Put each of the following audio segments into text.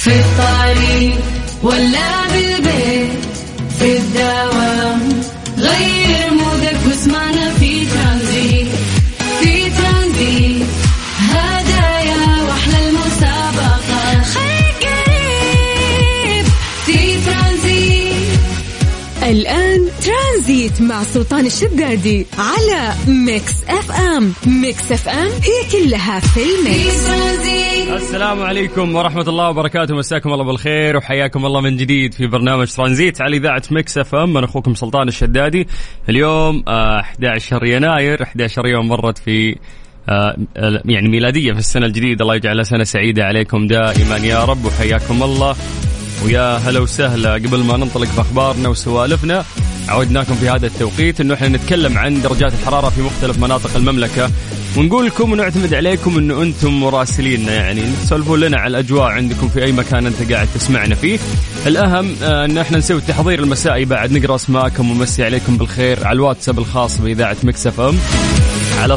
في الطريق ولا بالبيت في الدوام غير مودك واسمعنا في ترانزيت. في ترانزيت هدايا واحلى المسابقة خليك قريب في ترانزيت. الآن ترانزيت مع سلطان الشدادي على ميكس اف ام. ميكس اف ام هي كلها في الميكس. السلام عليكم ورحمة الله وبركاته، مساكم الله بالخير وحياكم الله من جديد في برنامج ترانزيت على إذاعة ميكس اف ام. أنا أخوكم سلطان الشدادي. اليوم 11 يناير، 11 يوم مرت في يعني ميلادية في السنة الجديدة. الله يجعلها سنة سعيدة عليكم دائما يا رب، وحياكم الله ويا هلا وسهلا. قبل ما ننطلق في أخبارنا وسوالفنا، عودناكم في هذا التوقيت أنه إحنا نتكلم عن درجات الحرارة في مختلف مناطق المملكة، ونقول لكم ونعتمد عليكم أنه أنتم مراسليننا، يعني تسولفوا لنا على الأجواء عندكم في أي مكان أنت قاعد تسمعنا فيه. الأهم أن إحنا نسوي التحضير المسائي، بعد نقرأ اسماءكم ومسي عليكم بالخير على الواتساب الخاص بإذاعة ميكس اف ام على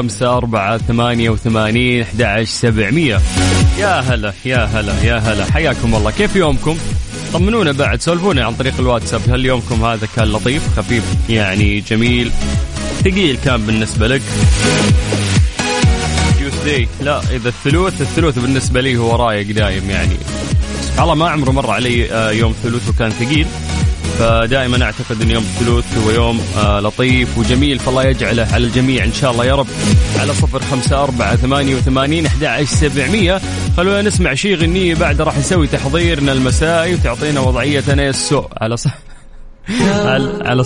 0548811700. يا هلا يا هلا يا هلا، حياكم الله. كيف يومكم؟ طمنونا بعد، سولفونا عن طريق الواتساب. هل يومكم هذا كان لطيف خفيف يعني جميل ثقيل كان بالنسبة لك؟ تيوزداي لا، إذا الثلوث بالنسبة لي هو رايق دائم، يعني سبحان الله ما عمره مر علي يوم ثلوث وكان ثقيل، فدائما أعتقد أن يوم الثلوث هو يوم لطيف وجميل، فالله يجعله على الجميع إن شاء الله يا رب. على 0548811700 خلونا نسمع شي غنية، بعد راح نسوي تحضيرنا المسائي وتعطينا وضعية أنا السوء على على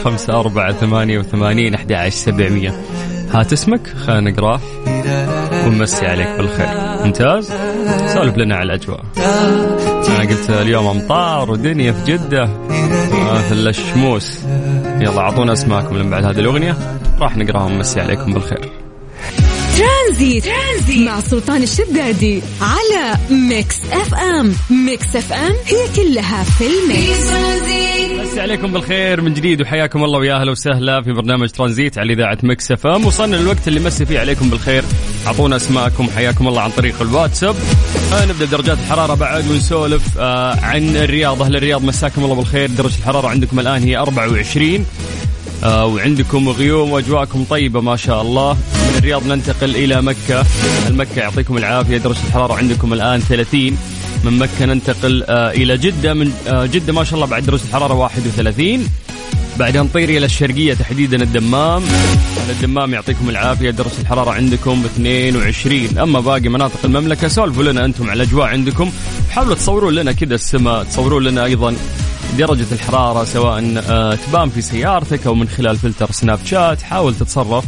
0548811700. هات اسمك خلينا نقراه ونمسي عليك بالخير. ممتاز، سولف لنا على الأجواء. أنا قلت اليوم أمطار ودنيا في جدة مثل الشموس. يلا عطونا اسماءكم من بعد هذه الأغنية راح نقراهم ونمسي عليكم بالخير. ترانزيت مع سلطان الشدادي على ميكس اف ام. ميكس اف ام هي كلها في الميكس. مسي عليكم بالخير من جديد وحياكم الله ويا اهلا وسهلا في برنامج ترانزيت على إذاعة ميكس اف ام. وصلنا للوقت اللي مسي فيه عليكم بالخير، اعطونا اسماءكم حياكم الله عن طريق الواتساب. نبدأ بدرجات الحرارة بعد ونسولف عن الرياض. أهل الرياض مساكم الله بالخير. درجة الحرارة عندكم الآن هي 24 وعندكم غيوم وأجواءكم طيبة ما شاء الله. من الرياض ننتقل إلى مكة. المكة يعطيكم العافية، درجة الحرارة عندكم الآن 30. من مكة ننتقل إلى جدة. من جدة ما شاء الله بعد درجة الحرارة 31. بعدها نطير إلى الشرقية تحديدا الدمام. الدمام يعطيكم العافية، درجة الحرارة عندكم 22. أما باقي مناطق المملكة سولفوا لنا أنتم على الأجواء عندكم، حاولوا تصوروا لنا كده السماء، تصوروا لنا أيضا درجة الحرارة سواء تبان في سيارتك أو من خلال فلتر سناب شات، حاول تتصرف.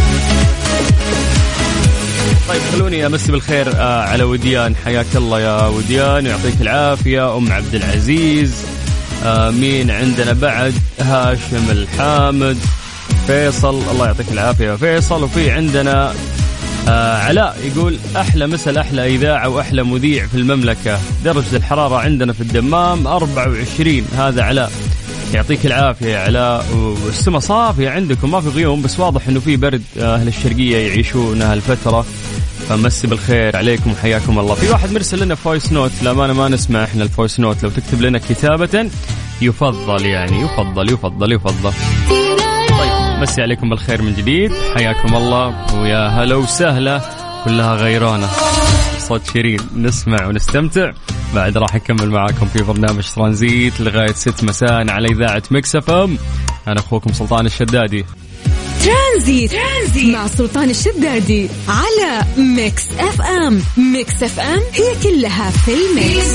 طيب خلوني أمسي بالخير على وديان. حياك الله يا وديان ويعطيك العافية. أم عبد العزيز، مين عندنا بعد؟ هاشم الحامد، فيصل، الله يعطيك العافية يا فيصل. وفي عندنا علاء يقول أحلى مثل أحلى إذاعة وأحلى مذيع في المملكة. درجة الحرارة عندنا في الدمام 24. هذا علاء، يعطيك العافية يا علاء. والسماء صافية عندكم، ما في غيوم، بس واضح إنه في برد أهل الشرقية يعيشون هالفترة، فمسي بالخير عليكم وحياكم الله. في واحد مرسل لنا فويس نوت، للأمانة ما نسمع إحنا الفويس نوت، لو تكتب لنا كتابة يفضل، يعني يفضل يفضل يفضل. طيب مسي عليكم بالخير من جديد، حياكم الله ويا هلا وسهلا. كلها غيرانة صوت شيرين، نسمع ونستمتع. بعد راح نكمل معاكم في برنامج ترانزيت لغاية 6 مساء على إذاعة ميكس اف ام. أنا أخوكم سلطان الشدادي. ترانزيت مع سلطان الشدادي على ميكس اف ام. ميكس اف ام هي كلها في الميكس.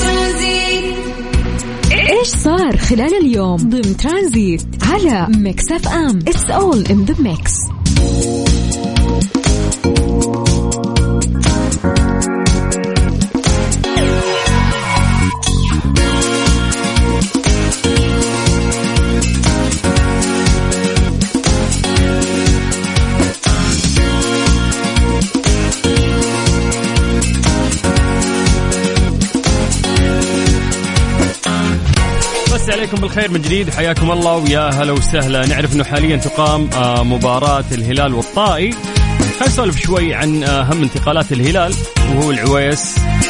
ايش صار خلال اليوم ضمن ترانزيت على ميكس اف ام. It's all in the mix. عليكم بالخير من جديد، حياكم الله ويا هلا وسهلا. نعرف انه حاليا تقام مباراة الهلال والطائي. خلينا نسولف شوي عن اهم انتقالات الهلال، وهو العويس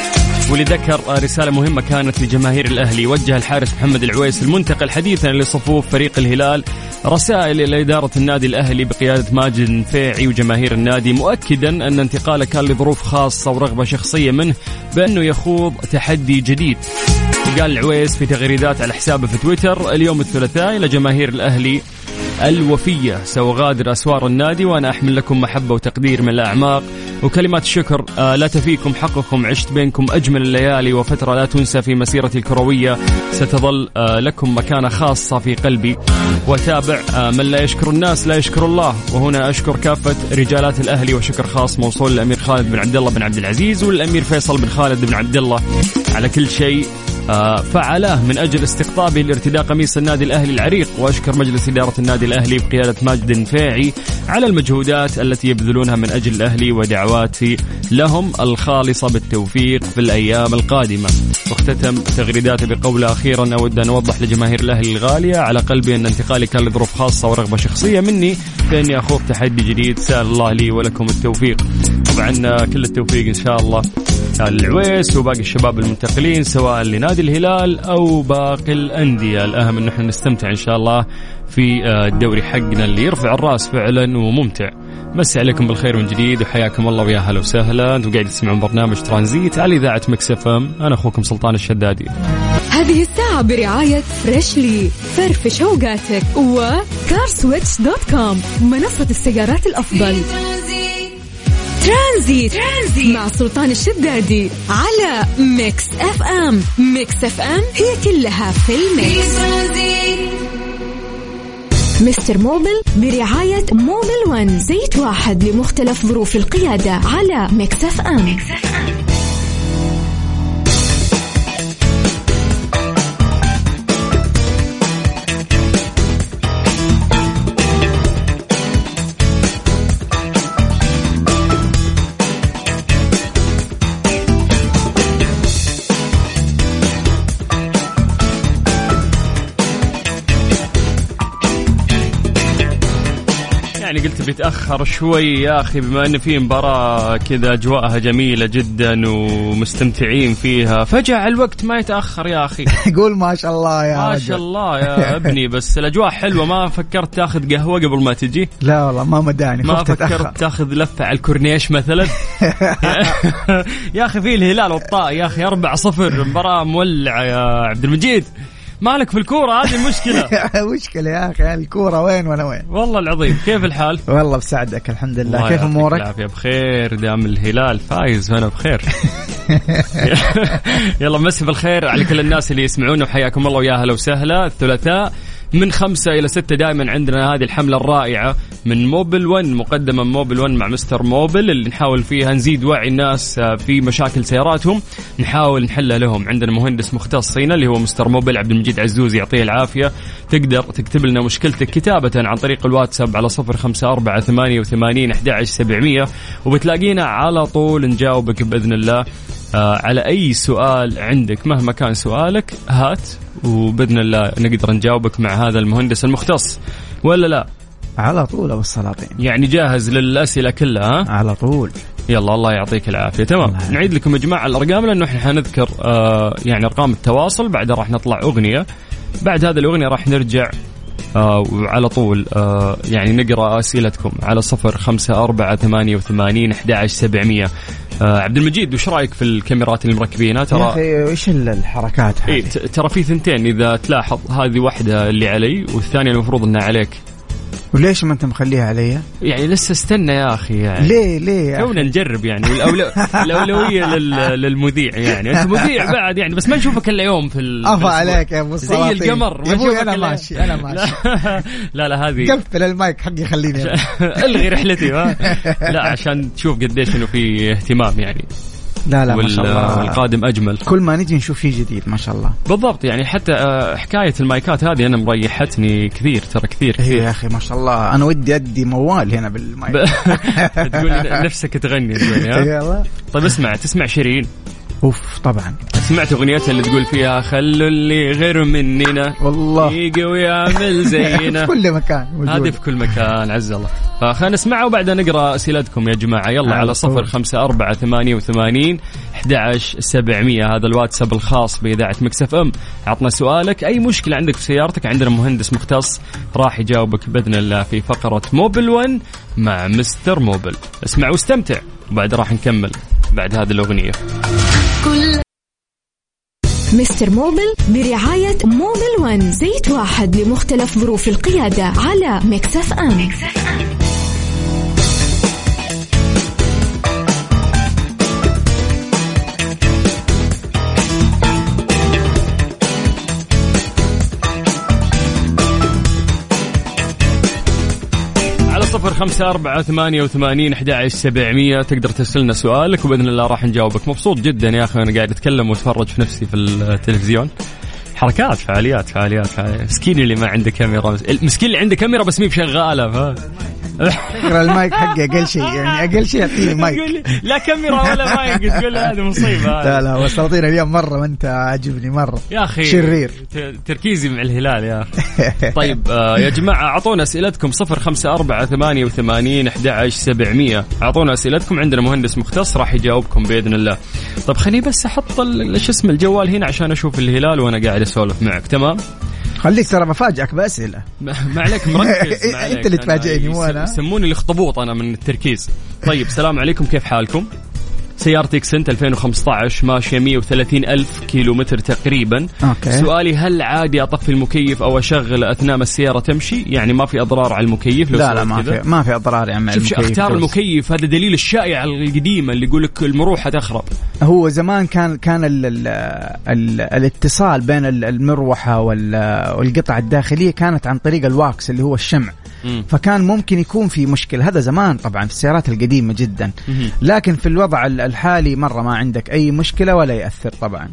واللي ذكر رسالة مهمة كانت لجماهير الأهلي. وجه الحارس محمد العويس المنتقل حديثا لصفوف فريق الهلال رسائل إلى إدارة النادي الأهلي بقيادة ماجد النفيعي وجماهير النادي، مؤكدا أن انتقاله كان لظروف خاصة ورغبة شخصية منه بأنه يخوض تحدي جديد. قال العويس في تغريدات على حسابه في تويتر اليوم الثلاثاء إلى جماهير الأهلي الوفية: سأغادر أسوار النادي وأنا أحمل لكم محبة وتقدير من الأعماق وكلمات الشكر لا تفيكم حقكم. عشت بينكم أجمل الليالي وفترة لا تنسى في مسيرتي الكروية، ستظل لكم مكانة خاصة في قلبي. وتابع: من لا يشكر الناس لا يشكر الله. وهنا أشكر كافة رجالات الأهلي وشكر خاص موصول للأمير خالد بن عبد الله بن عبد العزيز والأمير فيصل بن خالد بن عبد الله على كل شيء فعلاه من أجل استقطابه لارتداء قميص النادي الأهلي العريق. وأشكر مجلس إدارة النادي الأهلي بقيادة ماجد النفيعي على المجهودات التي يبذلونها من أجل الأهلي، ودعواتي لهم الخالصة بالتوفيق في الأيام القادمة. واختتم تغريداته بقوله: أخيرا أود أن أوضح لجماهير الأهلي الغالية على قلبي أن انتقالي كان لظروف خاصة ورغبة شخصية مني فإني أخوض تحدي جديد، سأل الله لي ولكم التوفيق. طبعا كل التوفيق إن شاء الله العويس وباقي الشباب المنتقلين سواء لنادي الهلال أو باقي الأندية. الأهم أن احنا نستمتع إن شاء الله في الدوري حقنا اللي يرفع الرأس فعلا وممتع. مسي عليكم بالخير من جديد وحياكم الله ويا هلا وسهلا. انتم قاعد تسمعون برنامج ترانزيت على إذاعة ميكس اف ام. أنا أخوكم سلطان الشدادي. هذه الساعة برعاية فريشلي، فرفش اوقاتك، وكارسويتش.com منصة السيارات الأفضل. ترانزيت مع سلطان الشدادي على ميكس اف ام. ميكس اف ام هي كلها في الميكس. مستر موبل برعاية موبل ون، زيت واحد لمختلف ظروف القيادة على ميكس اف ام. يعني قلت بيتأخر شوي يا أخي بما أن في مباراة كذا أجواءها جميلة جدا ومستمتعين فيها، فجأة الوقت ما يتأخر يا أخي. قول ما شاء الله يا ما شاء الله يا ابني، بس الأجواء حلوة. ما فكرت تاخذ قهوة قبل ما تجي؟ لا والله ما مداني، ما فكرت تاخذ لفة على الكورنيش مثلا؟ يا أخي في الهلال والطائي يا أخي 4-0 مباراة مولعة يا عبد المجيد. مالك في الكورة؟ هذه المشكلة. مشكلة يا أخي، الكورة وين وأنا وين. والله العظيم. كيف الحال؟ والله بسعدك الحمد لله. كيف أمورك؟ العافية بخير، دام الهلال فايز وأنا بخير. يلا مسي بالخير على كل الناس اللي يسمعونا وحياكم الله ويا هلا وسهلا. الثلاثاء من 5 إلى 6 دائما عندنا هذه الحملة الرائعة من موبل ون، مقدمة موبل ون مع مستر موبل، اللي نحاول فيها نزيد وعي الناس في مشاكل سياراتهم، نحاول نحلها لهم. عندنا مهندس مختص هنا اللي هو مستر موبل عبد المجيد عزوز، يعطيه العافية. تقدر تكتب لنا مشكلتك كتابة عن طريق الواتساب على 0548811700 وبتلاقينا على طول نجاوبك بإذن الله على أي سؤال عندك مهما كان سؤالك. هات وبإذن الله نقدر نجاوبك مع هذا المهندس المختص، ولا لا؟ على طول أبو السلاطين، يعني جاهز للأسئلة كلها؟ على طول. يلا الله يعطيك العافية. تمام، نعيد لكم يا جماعة الأرقام لأنه إحنا حنذكر يعني أرقام التواصل، بعدها راح نطلع أغنية، بعد هذا الأغنية راح نرجع وعلى طول يعني نقرأ أسئلتكم على 0548811700. عبد المجيد وش رأيك في الكاميرات اللي مركبينها؟ ترى يا أخي إيش الحركات هذه؟ ترى في ثنتين إذا تلاحظ، هذه واحدة اللي علي والثانية المفروض أنها عليك. وليش ما أنت مخليها عليا؟ يعني لسه استنى يا أخي، يعني ليه تونا نجرب يعني، والأولوية للمذيع، يعني أنت مذيع بعد يعني، بس ما نشوفك إلا يوم في أفا عليك يا أبو زي القمر. يا أبوي أنا ماشي. لا هذه قفل المايك حقي خليني ألغي رحلتي. لا عشان تشوف قديش إنه في اهتمام يعني. لا ما شاء الله، والقادم أجمل. كل ما نجي نشوف شيء جديد ما شاء الله. بالضبط، يعني حتى حكاية المايكات هذه أنا مريحتني كثير، ترى كثير. يا أخي ما شاء الله، أنا ودي أدي موال هنا بالمايك. تقول نفسك تغني. طيب اسمع، تسمع شيرين؟ اوف طبعا. سمعت اغنيتها اللي تقول فيها خلوا اللي غير مننا والله يجي ويعمل زينا. في كل مكان، هذه في كل مكان عز الله. فخلينا نسمعها وبعدين نقرأ أسئلتكم يا جماعة. يلا على 0548811700 هذا الواتساب الخاص بإذاعة ميكس اف ام. عطنا سؤالك، أي مشكلة عندك في سيارتك عندنا مهندس مختص راح يجاوبك بإذن الله في فقرة موبل 1 مع مستر موبل. اسمع واستمتع وبعد راح نكمل بعد هذه الأغنية. مستر موبل برعاية موبل 1، زيت واحد لمختلف ظروف القيادة على ميكس اف ام. على 0548811700 تقدر ترسلنا سؤالك وبإذن الله راح نجاوبك. مبسوط جدا يا أخي، أنا قاعد أتكلم وأتفرج في نفسي في التلفزيون. حركات فعاليات. مسكين اللي ما عنده كاميرا، المسكين اللي عنده كاميرا بس مي بشغالة. اقرا المايك حقي اقل شيء، يعني اقل شيء يعطيني مايك. لا كاميرا ولا مايك، تقول هذه مصيبة. لا وسلاطين اليوم مرة ما انت عاجبني مرة يا أخي، شرير تركيزي مع الهلال يا أخي. طيب يا جماعة أعطونا أسئلتكم 0548811700. أعطونا أسئلتكم، عندنا مهندس مختص راح يجاوبكم بإذن الله. طب خليني بس أحط شو اسم الجوال هنا عشان أشوف الهلال وأنا قاعد أسولف معك. تمام، خليك ترى بفاجئك بأسئلة. ما عليك مركز. انت اللي تفاجئني مو انا. يسموني الاخطبوط انا من التركيز. طيب السلام عليكم، كيف حالكم؟ سيارتي اكسنت 2015 ماشيه 130,000 كيلومتر تقريبا. أوكي. سؤالي، هل عادي اطفي المكيف او اشغل اثناء ما السياره تمشي؟ يعني ما في اضرار على المكيف؟ لو لا ما في اضرار يعني على المكيف. اختار المكيف، هذا دليل الشائع القديمه اللي يقول لك المروحه تخرب. هو زمان كان الاتصال بين المروحه والقطع الداخليه كانت عن طريق الواكس اللي هو الشمع. فكان ممكن يكون في مشكلة. هذا زمان طبعا في السيارات القديمة جدا، لكن في الوضع الحالي مرة ما عندك أي مشكلة ولا يأثر طبعا.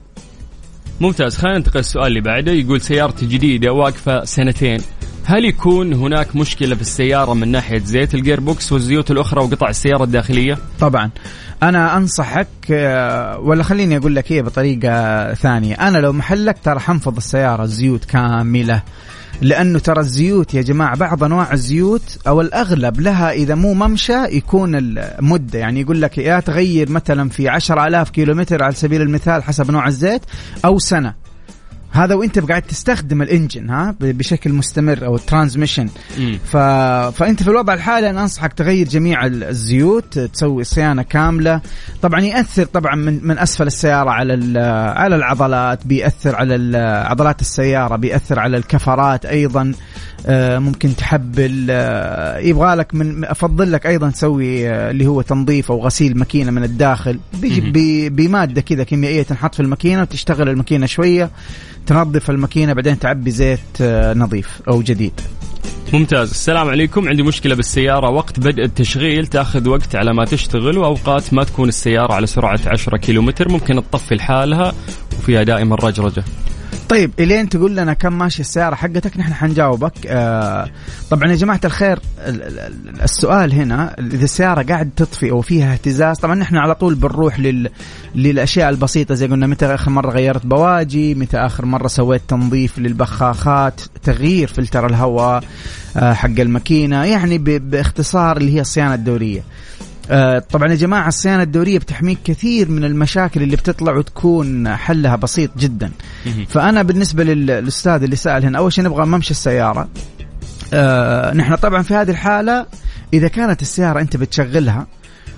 ممتاز. خلينا ننتقل السؤال اللي بعده. يقول سيارتي جديدة واقفة 2 سنين، هل يكون هناك مشكلة في السيارة من ناحية زيت الجير بوكس والزيوت الأخرى وقطع السيارة الداخلية؟ طبعا أنا أنصحك، ولا خليني أقول لك هي بطريقة ثانية. أنا لو محلك ترى حنفض السيارة الزيوت كاملة، لأنه ترى الزيوت يا جماعة بعض أنواع الزيوت أو الأغلب لها إذا مو ممشى يكون المدة، يعني يقول لك يا تغير مثلا في 10,000 كيلومتر على سبيل المثال حسب نوع الزيت، أو سنة. هذا وانت قاعد تستخدم الانجن بشكل مستمر او الترانسميشن. فانت في الوضع الحالي انا انصحك تغير جميع الزيوت، تسوي صيانه كامله. طبعا ياثر طبعا من اسفل السياره على العضلات، بيأثر على عضلات السياره، بيأثر على الكفرات ايضا. ممكن تحبل. يبغى لك افضل لك ايضا تسوي اللي هو تنظيف او غسيل ماكينه من الداخل بماده كذا كيميائيه تنحط في الماكينه وتشتغل الماكينه شويه، تنظف الماكينة بعدين تعبي زيت نظيف أو جديد. ممتاز. السلام عليكم، عندي مشكلة بالسيارة، وقت بدء التشغيل تأخذ وقت على ما تشتغل، وأوقات ما تكون السيارة على سرعة 10 كيلومتر، ممكن تطفي لحالها وفيها دائما رجرجة. طيب إلين تقول لنا كم ماشي السيارة حقتك نحن حنجاوبك. طبعا يا جماعة الخير السؤال هنا إذا السيارة قاعد تطفي أو فيها اهتزاز، طبعا نحن على طول بنروح للأشياء البسيطة زي قلنا متى آخر مرة غيرت بواجي، متى آخر مرة سويت تنظيف للبخاخات، تغيير فلتر الهواء حق الماكينة، يعني باختصار اللي هي الصيانة الدورية. طبعا يا جماعة الصيانة الدورية بتحميك كثير من المشاكل اللي بتطلع وتكون حلها بسيط جدا. فأنا بالنسبة للأستاذ اللي سأل هنا، أول شيء نبغى ممشى السيارة. نحن طبعا في هذه الحالة إذا كانت السيارة أنت بتشغلها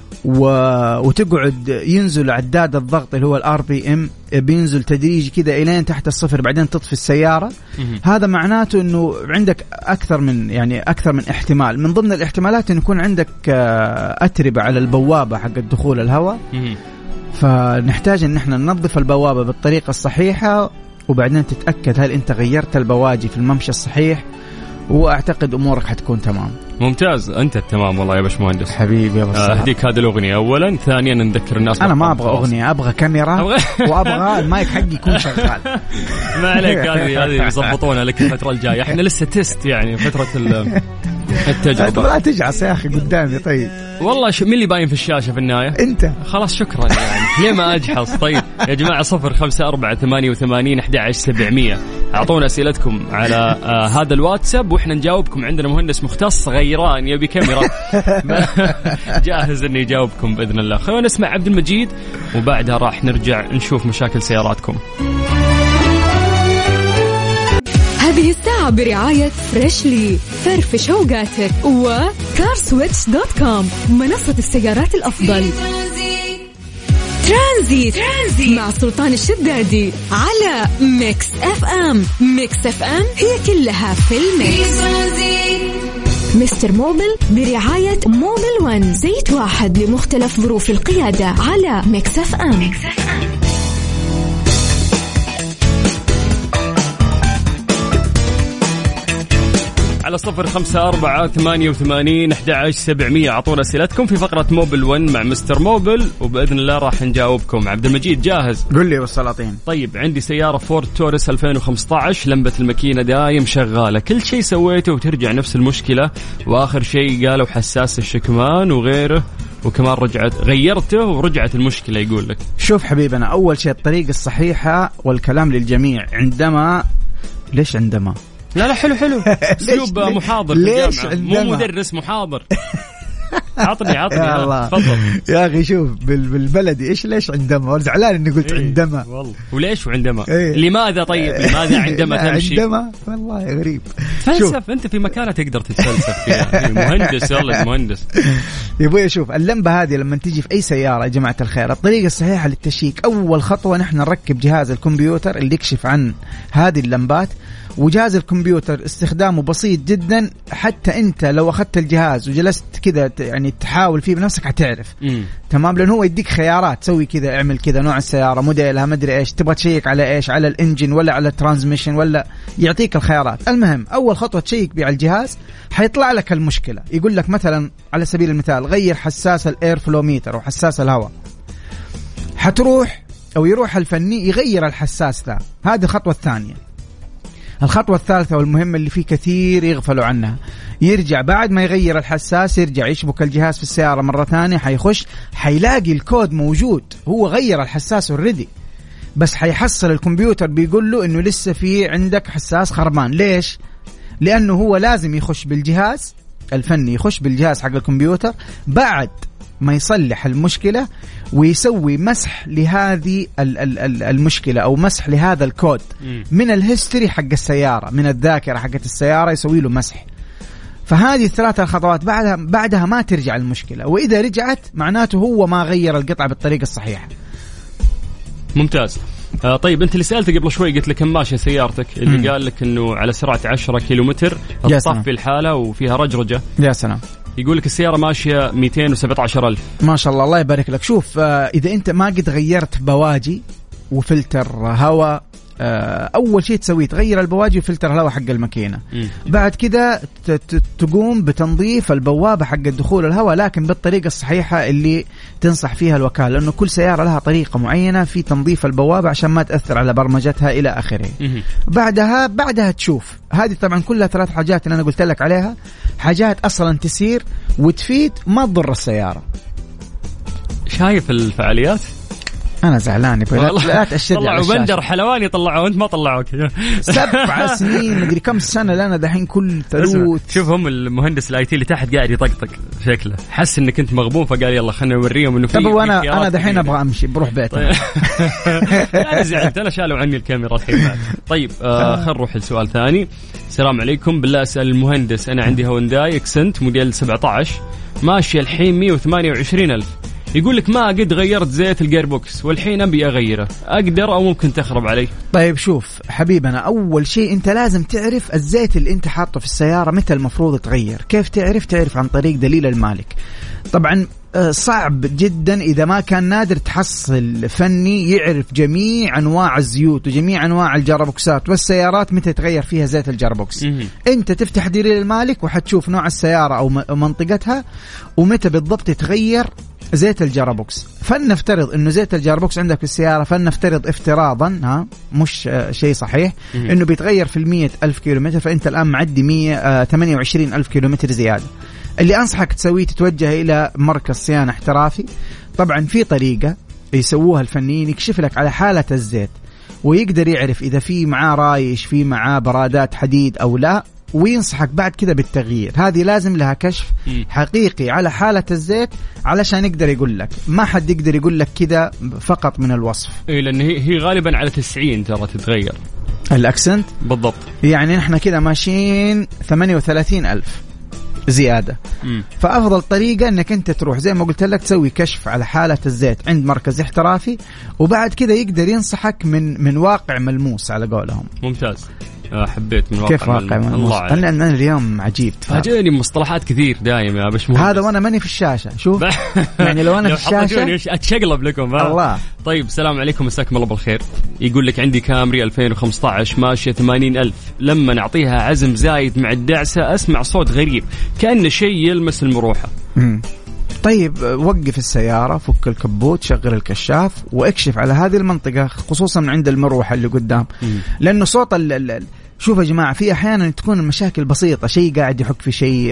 وتقعد ينزل عداد الضغط اللي هو الRPM بينزل تدريجي كذا إلين تحت الصفر بعدين تطفي السيارة، هذا معناته أنه عندك أكثر من احتمال. من ضمن الاحتمالات أن يكون عندك أتربة على البوابة حق الدخول الهواء، فنحتاج أن احنا ننظف البوابة بالطريقة الصحيحة وبعدين تتأكد هل أنت غيرت البواجي في الممشى الصحيح، وأعتقد أمورك حتكون تمام. ممتاز، أنت التمام والله يا باشمهندس حبيبي. أهديك هذه الأغنية أولا، ثانيا نذكر الناس أنا ما أبغى أغنية، أبغى كاميرا وأبغى المايك حقي يكون شغال. ما عليك، هذه يضبطونها لك الفترة الجاية، إحنا لسه تيست يعني فترة التجربة. لا تجعص يا أخي قدامي. طيب والله مين اللي باين في الشاشة في النهاية؟ أنت. خلاص شكرا يعني. ليه ما أجحص؟ طيب يا جماعة 0548811700 أعطونا أسئلتكم على هذا الواتساب وإحنا نجاوبكم. عندنا مهندس مختص غيران يبي كاميرا جاهز إنه يجاوبكم بإذن الله. خلونا نسمع عبد المجيد وبعدها راح نرجع نشوف مشاكل سياراتكم. هذه الساعة برعاية فريشلي، فرفش اوقاتك، وكارسويتش.com منصة السيارات الأفضل. ترانزيت مع سلطان الشدادي على ميكس اف ام. ميكس اف ام هي كلها في الميكس. مستر موبل برعاية موبل 1، زيت واحد لمختلف ظروف القيادة على ميكس اف ام. على 0548811700 أعطونا أسئلتكم في فقرة موبل 1 مع مستر موبل وبإذن الله راح نجاوبكم. عبد المجيد جاهز؟ قل لي والسلاطين. طيب عندي سيارة فورد تورس 2015 لمبة الماكينة دايم شغالة، كل شيء سويته وترجع نفس المشكلة، وآخر شيء قالوا حساس الشكمان وغيره، وكمان غيرته ورجعت المشكلة. يقول لك شوف حبيبنا، أول شيء الطريقة الصحيحة والكلام للجميع عندما ليش عندما لا حلو اسلوب محاضر في الجامعة مو مدرس محاضر. عطني تفضل يا اخي. شوف بالبلدي ايش ليش عندما زعلان اني قلت عندما والله. وليش وعندما لماذا؟ طيب لماذا عندما تمشي عندما والله غريب. تفلسف انت في مكانه تقدر تتفلسف فيها. مهندس يلا مهندس يا ابوي. شوف اللمبه هذه لما تيجي في اي سياره يا جماعه الخير، الطريقه الصحيحه للتشيك اول خطوه نحن نركب جهاز الكمبيوتر اللي يكشف عن هذه اللمبات. وجهاز الكمبيوتر استخدامه بسيط جدا، حتى انت لو اخذت الجهاز وجلست كذا يعني تحاول فيه بنفسك هتعرف. تمام، لأنه هو يديك خيارات، سوي كذا اعمل كذا، نوع السيارة موديلها مدري ايش، تبغى تشيك على ايش، على الانجن ولا على الترانسميشن، ولا يعطيك الخيارات. المهم اول خطوة تشيك بيه على الجهاز حيطلع لك المشكلة. يقول لك مثلا على سبيل المثال غير حساس الاير فلو ميتر او حساس الهواء، حتروح او يروح الفني يغير الحساس ذا. هذه الخطوة الثانية. الخطوة الثالثة والمهمة اللي فيه كثير يغفلوا عنها، يرجع بعد ما يغير الحساس يرجع يشبك الجهاز في السيارة مرة ثانية، حيخش حيلاقي الكود موجود، هو غير الحساس اوريدي، بس حيحصل الكمبيوتر بيقول له انه لسه في عندك حساس خربان. ليش؟ لانه هو لازم يخش بالجهاز الفني، يخش بالجهاز حق الكمبيوتر بعد ما يصلح المشكلة ويسوي مسح لهذه المشكلة أو مسح لهذا الكود من الهيستوري حق السيارة، من الذاكرة حقت السيارة يسوي له مسح. فهذه الثلاثة الخطوات بعدها ما ترجع المشكلة، وإذا رجعت معناته هو ما غير القطعة بالطريقة الصحيحة. ممتاز. طيب أنت اللي سألت قبل شوي قلت لك كم ماشية سيارتك، اللي قال لك إنه على سرعة 10 كيلومتر تطفي الحالة وفيها رجرجة. يا سلام. يقول لك السيارة ماشية 217,000. ما شاء الله، الله يبارك لك. شوف إذا أنت ما قد غيرت بواجي وفلتر هواء، أول شيء تسويه تغير البواجي وفلتر الهواء حق الماكينة. بعد كده تقوم بتنظيف البوابة حق الدخول الهواء، لكن بالطريقة الصحيحة اللي تنصح فيها الوكالة، لأنه كل سيارة لها طريقة معينة في تنظيف البوابة عشان ما تأثر على برمجتها إلى آخره. بعدها تشوف هذه طبعا كلها 3 حاجات اللي أنا قلت لك عليها، حاجات أصلا تسير وتفيد ما تضر السيارة. شايف الفعاليات؟ أنا زعلان لا تأشر طلعوا بندر حلواني، طلعوا وانت ما طلعوك. 7 سنين مدري كم سنة لنا دحين كل ثلوث. شوف هم المهندس الاي تي اللي تحت قاعد يطقطق شكله، حس انك انت مغبون فقال يلا خلنا نوريهم انه في. طب وانا دحين ابغى امشي بروح بيتي. انا زعلت، انا شالوا عني الكاميرا الحين. طيب خل نروح لسؤال ثاني. السلام عليكم، بالله اسال المهندس، انا عندي هونداي اكسنت موديل 17 ماشي الحين 128,000. يقول لك ما قد غيرت زيت الجير بوكس والحين أبي أغيره، أقدر أو ممكن تخرب علي؟ طيب شوف حبيبنا، أول شيء أنت لازم تعرف الزيت اللي أنت حاطه في السيارة متى المفروض تغير. كيف تعرف عن طريق دليل المالك. طبعا صعب جدا إذا ما كان نادر تحصل فني يعرف جميع أنواع الزيوت وجميع أنواع الجرابوكسات والسيارات متى تغير فيها زيت الجرابوكس. أنت تفتح دليل المالك وحتشوف نوع السيارة أو منطقتها ومتى بالضبط تغير زيت الجرابوكس. فلنفترض انه زيت الجرابوكس عندك في السيارة، فلنفترض افتراضا مش شيء صحيح انه بيتغير في 100,000 كيلومتر، فانت الان معدي 128,000 كيلومتر زيادة. اللي انصحك تسويه تتوجه الى مركز صيانة احترافي. طبعا في طريقة يسووها الفنيين، يكشف لك على حالة الزيت ويقدر يعرف إذا في معاه رايش، في معاه برادات حديد أو لا، وينصحك بعد كده بالتغيير. هذه لازم لها كشف حقيقي على حالة الزيت علشان يقدر يقول لك. ما حد يقدر يقول لك كده فقط من الوصف. إيه لأن هي غالبا على 90 ترى تتغير الأكسنت بالضبط. يعني نحن كده ماشيين 38,000 زيادة. فأفضل طريقة أنك أنت تروح زي ما قلت لك تسوي كشف على حالة الزيت عند مركز احترافي، وبعد كده يقدر ينصحك من واقع ملموس على قولهم. ممتاز. حبيت من واقع كيف واقع ملموس؟ أنا اليوم عجيب، فاجئني مصطلحات كثير دايم يا باش مهندس. هذا وأنا ماني في الشاشة. شوف يعني لو أنا في الشاشة أتشقلب لكم الله. طيب السلام عليكم، مساكم الله بالخير. يقول لك عندي كامري 2015 ماشية 80,000، لما نعطيها عزم زايد مع الدعسة أسمع صوت غريب كأنه شيء يلمس المروحة. طيب وقف السيارة، فك الكبوت، شغل الكشاف واكشف على هذه المنطقة، خصوصا من عند المروحة اللي قدام. لأنه صوت شوف يا جماعة، في أحيانا تكون المشاكل بسيطة، شيء قاعد يحك في شيء،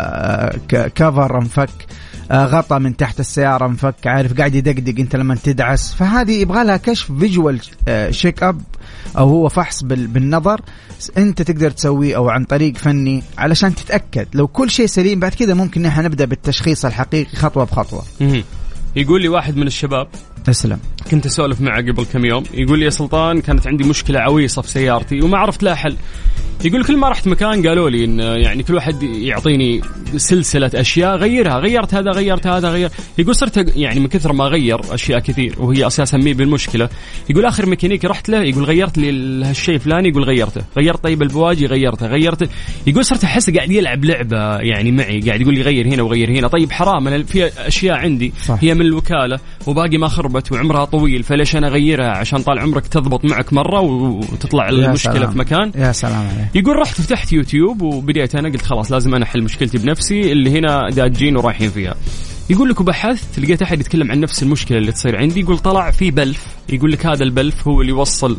كفر انفك، غطى من تحت السيارة انفك، عارف قاعد يدقدق انت لما تدعس. فهذه يبغى لها كشف فيجوال شيك اب، او هو فحص بالنظر انت تقدر تسويه، او عن طريق فني علشان تتأكد. لو كل شيء سليم بعد كده ممكن نحن نبدأ بالتشخيص الحقيقي خطوة بخطوة. يقول لي واحد من الشباب، تسلم، كنت أسولف معه قبل كم يوم، يقول لي يا سلطان كانت عندي مشكلة عويصة في سيارتي وما عرفت لها حل. يقول كل ما رحت مكان قالوا لي إن يعني كل واحد يعطيني سلسلة أشياء غيرها، غيرت هذا غيرت هذا غير. يقول صرت يعني من كثر ما غير أشياء كثير وهي أساسا مي بالمشكلة. يقول آخر ميكانيكي رحت له يقول غيرت لي هالشيء فلاني، يقول غيرته، غيرت طيب البواجي غيرته. يقول صرت أحس قاعد يلعب لعبة يعني معي، قاعد يقول لي غير هنا وغير هنا. طيب حرام، أنا في أشياء عندي صح. هي من الوكالة وباقي ما خربت وعمرها طويل، فليش أنا أغيرها عشان طال عمرك تضبط معك مرة وتطلع المشكلة سلام. في مكان. يا سلام عليك. يقول رحت فتحت يوتيوب وبديت أنا قلت خلاص لازم أنا أحل مشكلتي بنفسي اللي هنا داجين ورايحين فيها. يقول لك وبحثت لقيت أحد يتكلم عن نفس المشكلة اللي تصير عندي. يقول طلع في بلف، يقول لك هذا البلف هو اللي يوصل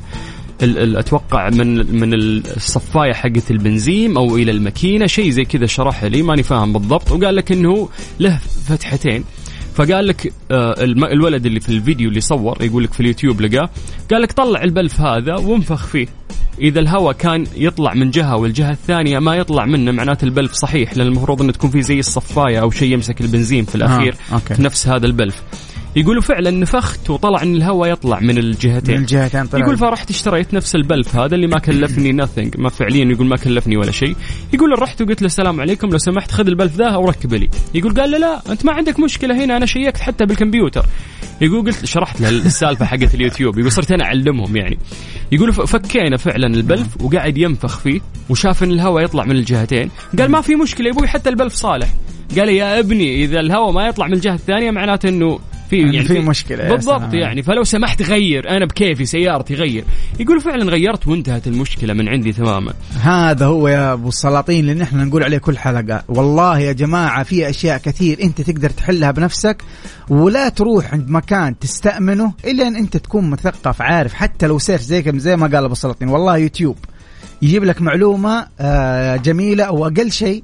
أتوقع من الصفاية حقة البنزين أو إلى الماكينة، شيء زي كذا شرح لي ماني فاهم بالضبط. وقال لك إنه له فتحتين. فقال لك الولد اللي في الفيديو اللي صور يقول لك في اليوتيوب لقاه، قال لك طلع البلف هذا وانفخ فيه، إذا الهواء كان يطلع من جهة والجهة الثانية ما يطلع منه معناته البلف صحيح، لأن المفروض أن تكون فيه زي الصفاية أو شيء يمسك البنزين في الأخير في نفس هذا البلف. يقولوا فعلا نفخت وطلع ان الهواء يطلع من الجهتين. يقول فرحت اشتريت نفس البلف هذا اللي ما كلفني nothing، ما فعليا يقول ما كلفني ولا شيء. يقول رحت وقلت له السلام عليكم لو سمحت خذ البلف ذا وركب لي. يقول قال لا انت ما عندك مشكله هنا، انا شيكت حتى بالكمبيوتر. يقول قلت شرحت له السالفه حقت اليوتيوب. يقول صرت انا اعلمهم يعني. يقول فكينا فعلا البلف وقاعد ينفخ فيه وشاف ان الهواء يطلع من الجهتين. قال ما في مشكله يا ابوي حتى البلف صالح. قال يا ابني اذا الهواء ما يطلع من الجهه الثانيه معناته انه في مشكلة بالضبط يعني، فلو سمحت غير، أنا بكيفي سيارتي غير. يقول فعلا غيرت وانتهت المشكلة من عندي تماما. هذا هو يا أبو السلاطين اللي نحن نقول عليه كل حلقة. والله يا جماعة في أشياء كثير أنت تقدر تحلها بنفسك، ولا تروح عند مكان تستأمنه إلا أن أنت تكون مثقف عارف. حتى لو سيرش زي ما قال أبو السلاطين، والله يوتيوب يجيب لك معلومة جميلة أو أقل شيء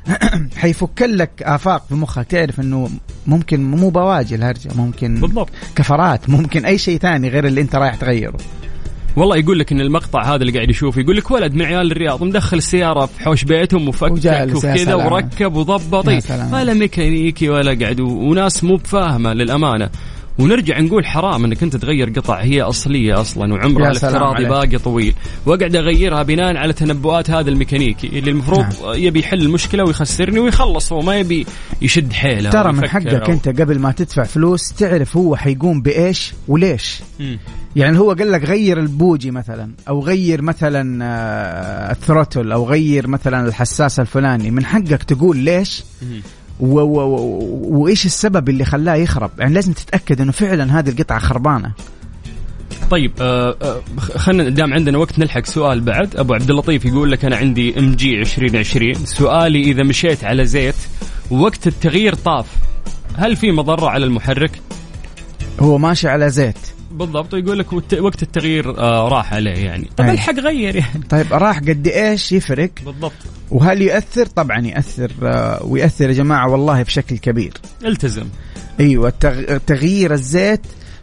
حيفك لك آفاق في مخك، تعرف إنه ممكن مو بواجي الهرجة، ممكن بالضبط كفرات، ممكن أي شيء تاني غير اللي أنت رايح تغيره. والله يقول لك إن المقطع هذا اللي قاعد يشوف يقول لك ولد من عيال الرياض مدخل السيارة في حوش بيتهم وفكك وكذا وركب وضبط، ولا ميكانيكي ولا قاعد وناس مو بفاهمة للأمانة. ونرجع نقول حرام انك انت تغير قطع هي اصليه اصلا وعمرها الافتراضي باقي طويل، واقعد اغيرها بناء على تنبؤات هذا الميكانيكي اللي المفروض يبي يحل المشكله ويخسرني ويخلص، هو ما يبي يشد حيله. ترى من حقك انت قبل ما تدفع فلوس تعرف هو حيقوم بايش وليش. يعني هو قال لك غير البوجي مثلا، او غير مثلا الثروتل، او غير مثلا الحساس الفلاني، من حقك تقول ليش وإيش السبب اللي خلاه يخرب. يعني لازم تتأكد أنه فعلا هذه القطعة خربانة. طيب خلنا دام عندنا وقت نلحق سؤال بعد. أبو عبد اللطيف يقول لك أنا عندي MG 2020، سؤالي إذا مشيت على زيت ووقت التغيير طاف هل في مضرة على المحرك؟ هو ماشي على زيت بالضبط، يقول لك وقت التغيير راح عليه يعني. طب الحق غير يعني. طيب راح قد ايش يفرق بالضبط؟ وهل يؤثر؟ طبعا يؤثر، ويؤثر يا جماعة والله بشكل كبير. التزم. ايوه تغيير الزيت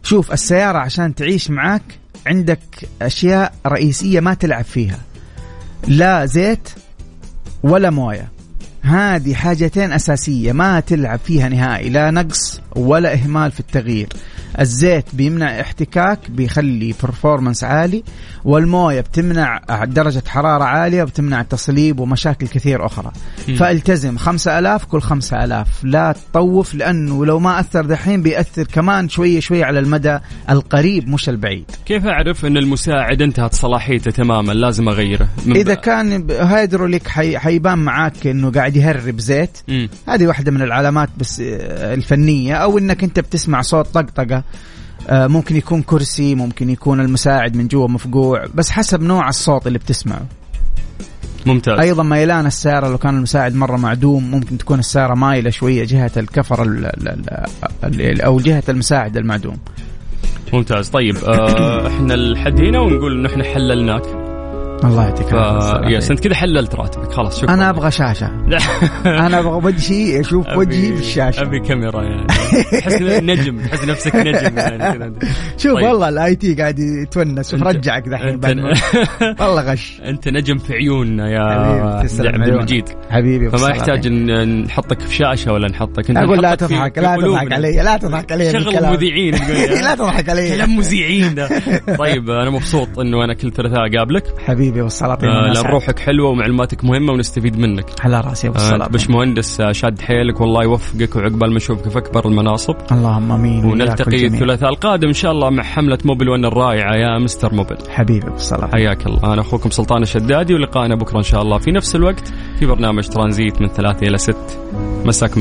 شوف السيارة عشان تعيش معاك عندك أشياء رئيسية ما تلعب فيها، لا زيت ولا موية، هذه حاجتين أساسية ما تلعب فيها نهائي، لا نقص ولا إهمال في التغيير. الزيت بيمنع احتكاك بيخلي performance عالي، والموية بتمنع درجة حرارة عالية وبتمنع التصليب ومشاكل كثير أخرى. فالتزم 5000 كل 5000، لا تطوف، لأنه لو ما أثر دحين بيأثر كمان شوية شوية على المدى القريب مش البعيد. كيف أعرف أن المساعد انتهت صلاحيته تماما لازم أغيره؟ إذا كان هيدروليك حيبان معاك أنه قاعد يهرب زيت، هذه واحدة من العلامات بس الفنية، أو أنك أنت بتسمع صوت طقطقة، ممكن يكون كرسي، ممكن يكون المساعد من جوا مفقوع، بس حسب نوع الصوت اللي بتسمعه. ممتاز. أيضا ميلان السيارة، لو كان المساعد مرة معدوم ممكن تكون السيارة مايلة شوية جهة الكفر أو جهة المساعد المعدوم. ممتاز. طيب احنا الحد هنا ونقول انه احنا حللناك. الله يعطيك العافية. انت كذا حللت راتبك خلاص. شكرا. انا ابغى شاشه. انا ابغى وجهي اشوف وجهي في الشاشه. ابي كاميرا يعني تحس نجم، تحس نفسك نجم يعني. شوف طيب. والله الاي تي قاعد يتونس ورجعك دحين والله غش. انت نجم في عيوننا يا عبد المجيد حبيبي. فما يحتاج ان نحطك في شاشه ولا نحطك. انت اقول لا تضحك، لا تضحك علي، لا تضحك علي. شغل مذيعين لا تضحك علي، كلام مذيعين ده. طيب انا مبسوط انه انا كل ثلاثاء اقابلك حبيبي والسلاطين. لأن روحك حلوة ومعلوماتك مهمة ونستفيد منك. على راسي أبو السلاطين. باشمهندس شاد حيلك والله يوفقك وعقبال ما نشوفك في أكبر المناصب. اللهم آمين. ونلتقي الثلاثاء القادم إن شاء الله مع حملة موبل ون الرائعة يا مستر موبل. حبيبي أبو السلاطين. حياك الله. أنا أخوكم سلطان الشدادي، ولقائنا بكرة إن شاء الله في نفس الوقت في برنامج ترانزيت من 3 إلى 6 مساك.